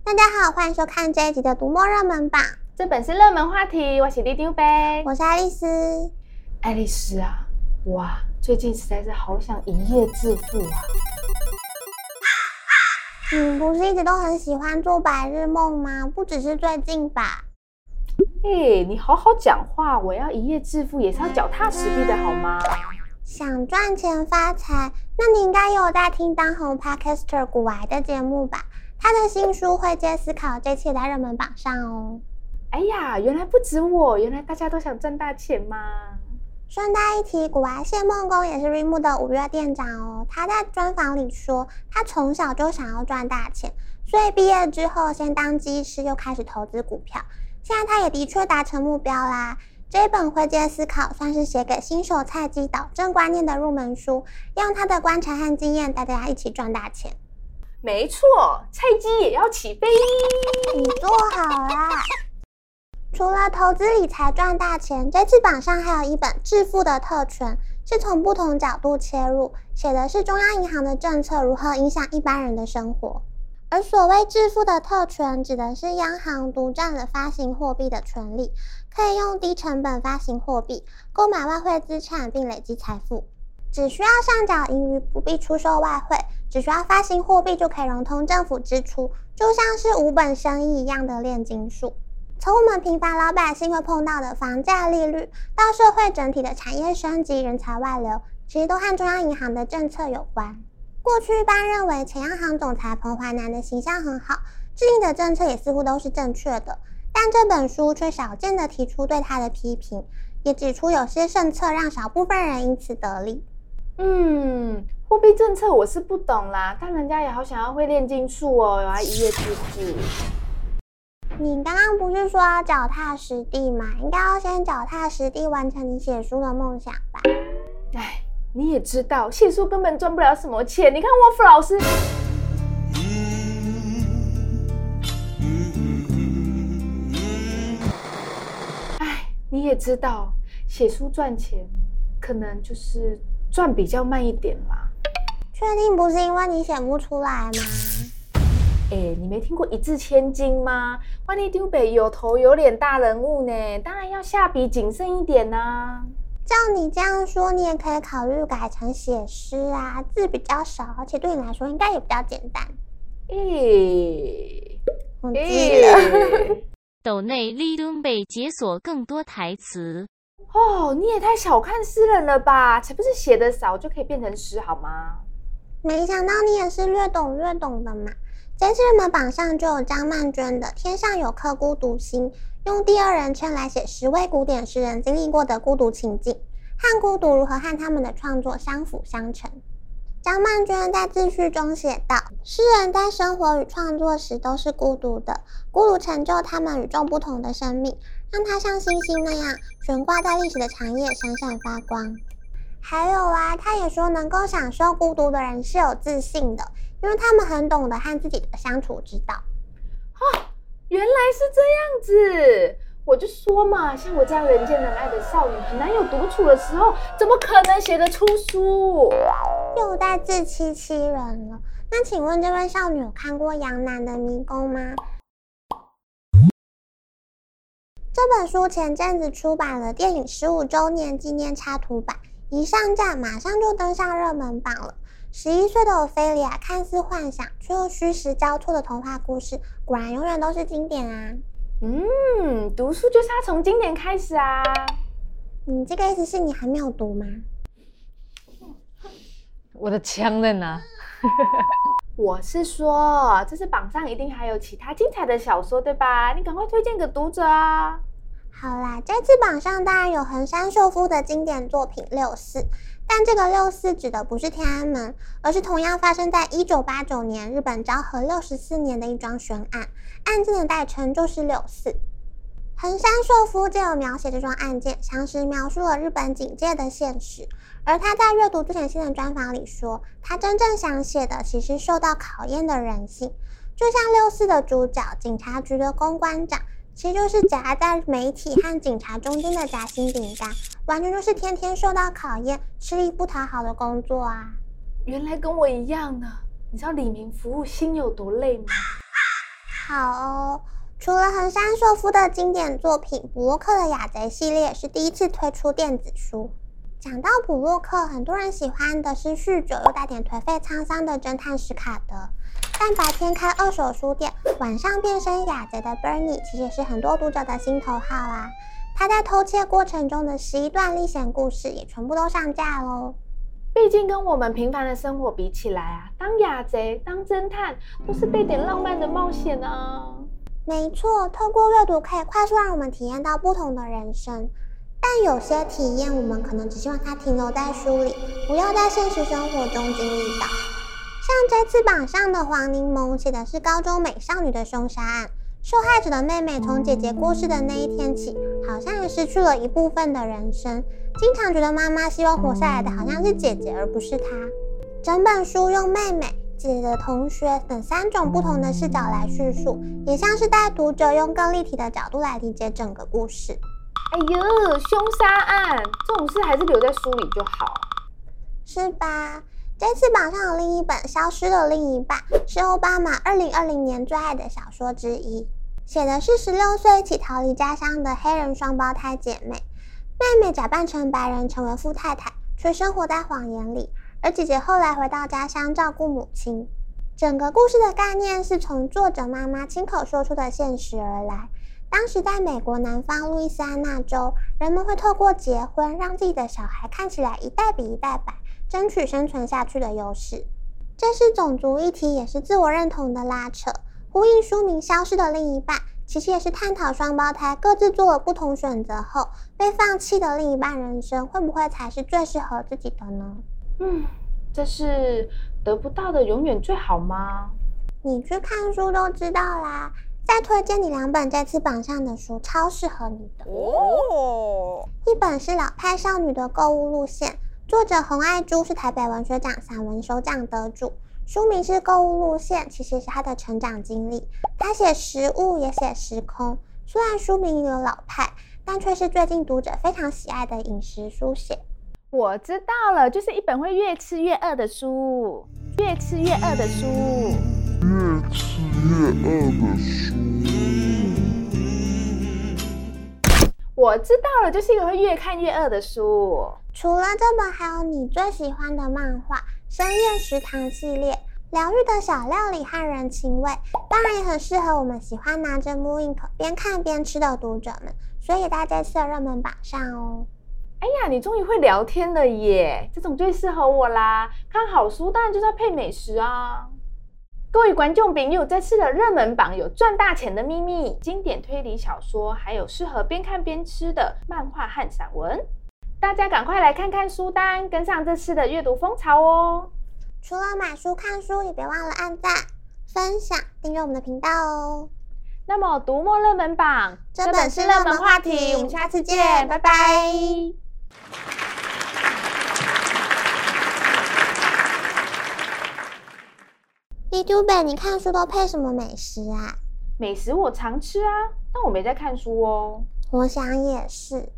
大家好，欢迎收看这一集的读墨热门榜。 这本是热门话题，我是丢丢呗， 我是爱丽丝。 爱丽丝啊，哇，最近实在是好想一夜致富啊！ 你不是一直都很喜欢做白日梦吗？不只是最近吧？ 你好好讲话，我要一夜致富也是要脚踏实地的好吗？ 想赚钱发财，那你应该有在听当红 Podcaster 古癌的节目吧？他的新书《会接思考》这期也在热门榜上哦。 哎呀，原来不止我，原来大家都想赚大钱嘛！ 顺带一提，古癌谢梦工也是 Readmoo 的5月店长哦。他在专访里说，他从小就想要赚大钱，所以毕业之后先当技师，又开始投资股票。现在他也的确达成目标啦。这一本《会接思考》算是写给新手菜鸡导正观念的入门书，用他的观察和经验带大家一起赚大钱。 没错，菜鸡也要起飞！ 你做好啦！除了投资理财赚大钱，这次榜上还有一本《致富的特权》，是从不同角度切入，写的是中央银行的政策如何影响一般人的生活。而所谓致富的特权，指的是央行独占了发行货币的权利，可以用低成本发行货币，购买外汇资产并累积财富。只需要上缴盈余，不必出售外汇，只需要发行货币就可以融通政府支出，就像是无本生意一样的炼金术。从我们平凡老百姓会碰到的房价利率，到社会整体的产业升级、人才外流，其实都和中央银行的政策有关。过去一般认为前央行总裁彭淮南的形象很好，制定的政策也似乎都是正确的，但这本书却少见地提出对他的批评，也指出有些政策让少部分人因此得利。 货币政策我是不懂啦，但人家也好想要会炼金术哦，要一夜致富。 你刚刚不是说要脚踏实地吗？应该要先脚踏实地完成你写书的梦想吧。 哎，你也知道写书根本赚不了什么钱，你看沃夫老师你也知道写书赚钱可能就是赚比较慢一点啦。 确定不是因为你写不出来吗？ 你没听过一字千金吗？万里丢北有头有脸大人物呢，当然要下笔谨慎一点啊。 照你这样说，你也可以考虑改成写诗啊，字比较少，而且对你来说应该也比较简单。我记了。 斗内立敦北解锁更多台词。 你也太小看诗人了吧？才不是写得少就可以变成诗好吗？ 没想到你也是略懂的嘛。这次热门榜上就有张曼娟的《天上有颗孤独星》，用第二人称来写10位古典诗人经历过的孤独情境，和孤独如何和他们的创作相辅相成。张曼娟在自序中写道，诗人在生活与创作时都是孤独的，孤独成就他们与众不同的生命，让它像星星那样悬挂在历史的长夜，闪闪发光。还有啊，他也说能够享受孤独的人是有自信的，因为他们很懂得和自己的相处之道。 原来是这样子，我就说嘛，像我这样人见人爱的少女，很难有独处的时候，怎么可能写得出书？ 又在自欺欺人了。那请问这位少女有看过杨澜的迷宫吗？这本书前阵子出版了电影15周年纪念插图版，一上架马上就登上热门榜了。11岁的欧菲利亚看似幻想却又虚实交错的童话故事，果然永远都是经典啊。 读书就是要从经典开始啊。 你这个意思是你还没有读吗？ 我的枪在哪？ 我是说，这次榜上一定还有其他精彩的小说，对吧？你赶快推荐给读者啊！ 好啦，这次榜上当然有横山秀夫的经典作品《六四》，但这个六四指的不是天安门，而是同样发生在1989年日本昭和64年的一桩悬案，案件的代称就是六四。横山秀夫借由描写这桩案件，详实描述了日本警界的现实。而他在阅读最前线的专访里说，他真正想写的其实受到考验的人性，就像六四的主角警察局的公关长，其实就是夹在媒体和警察中间的夹心饼干，完全就是天天受到考验、吃力不讨好的工作啊！ 原来跟我一样呢，你知道李明服务心有多累吗？ 好哦，除了横山秀夫的经典作品，卜洛克的雅贼系列是第一次推出电子书。讲到卜洛克，很多人喜欢的是酗酒又带点颓废沧桑的侦探史卡德，但白天开二手书店，晚上变身雅贼的 Bernie 其实也是很多读者的心头好啊。他在偷窃过程中的11段历险故事也全部都上架咯。 毕竟跟我们平凡的生活比起来啊，当雅贼、当侦探都是带点浪漫的冒险啊。 没错，透过阅读可以快速让我们体验到不同的人生，但有些体验我们可能只希望它停留在书里，不要在现实生活中经历到。像这次榜上的黄柠檬写的是高中美少女的凶杀案，受害者的妹妹从姐姐过世的那一天起，好像也失去了一部分的人生，经常觉得妈妈希望活下来的好像是姐姐而不是她。整本书用妹妹、姐姐的同学等3种不同的视角来叙述，也像是带读者用更立体的角度来理解整个故事。 哎呦，凶杀案这种事还是留在书里就好， 是吧？这次榜上的另一本《消失的另一半》是奥巴马2020年最爱的小说之一，写的是16岁起逃离家乡的黑人双胞胎姐妹，妹妹假扮成白人成为富太太，却生活在谎言里，而姐姐后来回到家乡照顾母亲。整个故事的概念是从作者妈妈亲口说出的现实而来。当时在美国南方路易斯安那州，人们会透过结婚让自己的小孩看起来一代比一代白，争取生存下去的优势。这是种族议题，也是自我认同的拉扯，呼应书名《消失的另一半》，其实也是探讨双胞胎各自做了不同选择后被放弃的另一半人生会不会才是最适合自己的呢？ 这是得不到的永远最好吗？ 你去看书都知道啦。再推荐你2本这次榜上的书，超适合你的哦。一本是老派少女的购物路线，作者洪爱珠是台北文学奖散文首奖得主，书名是购物路线，其实是她的成长经历。她写食物也写时空，虽然书名有老派，但却是最近读者非常喜爱的饮食书写。 我知道了，就是一本会越吃越饿的书，越吃越饿的书。我知道了，就是一个会越看越饿的书。 除了这本，还有你最喜欢的漫画《深夜食堂》系列，疗愈的小料理和人情味，当然也很适合我们喜欢拿着 Mooink 边看边吃的读者们，所以也在这次的热门榜上哦。 哎呀，你终于会聊天了耶，这种最适合我啦！看好书当然就是要配美食啊。各位观众朋友，这次的热门榜有赚大钱的秘密、经典推理小说，还有适合边看边吃的漫画和散文。大家赶快来看看书单，跟上这次的阅读风潮哦！ 除了买书看书，也别忘了按赞、分享、订阅我们的频道哦。 那么读墨热门榜， 这本是热门话题，我们下次见，拜拜。YouTuber， 你看书都配什么美食啊？ 美食我常吃啊，但我没在看书哦。 我想也是。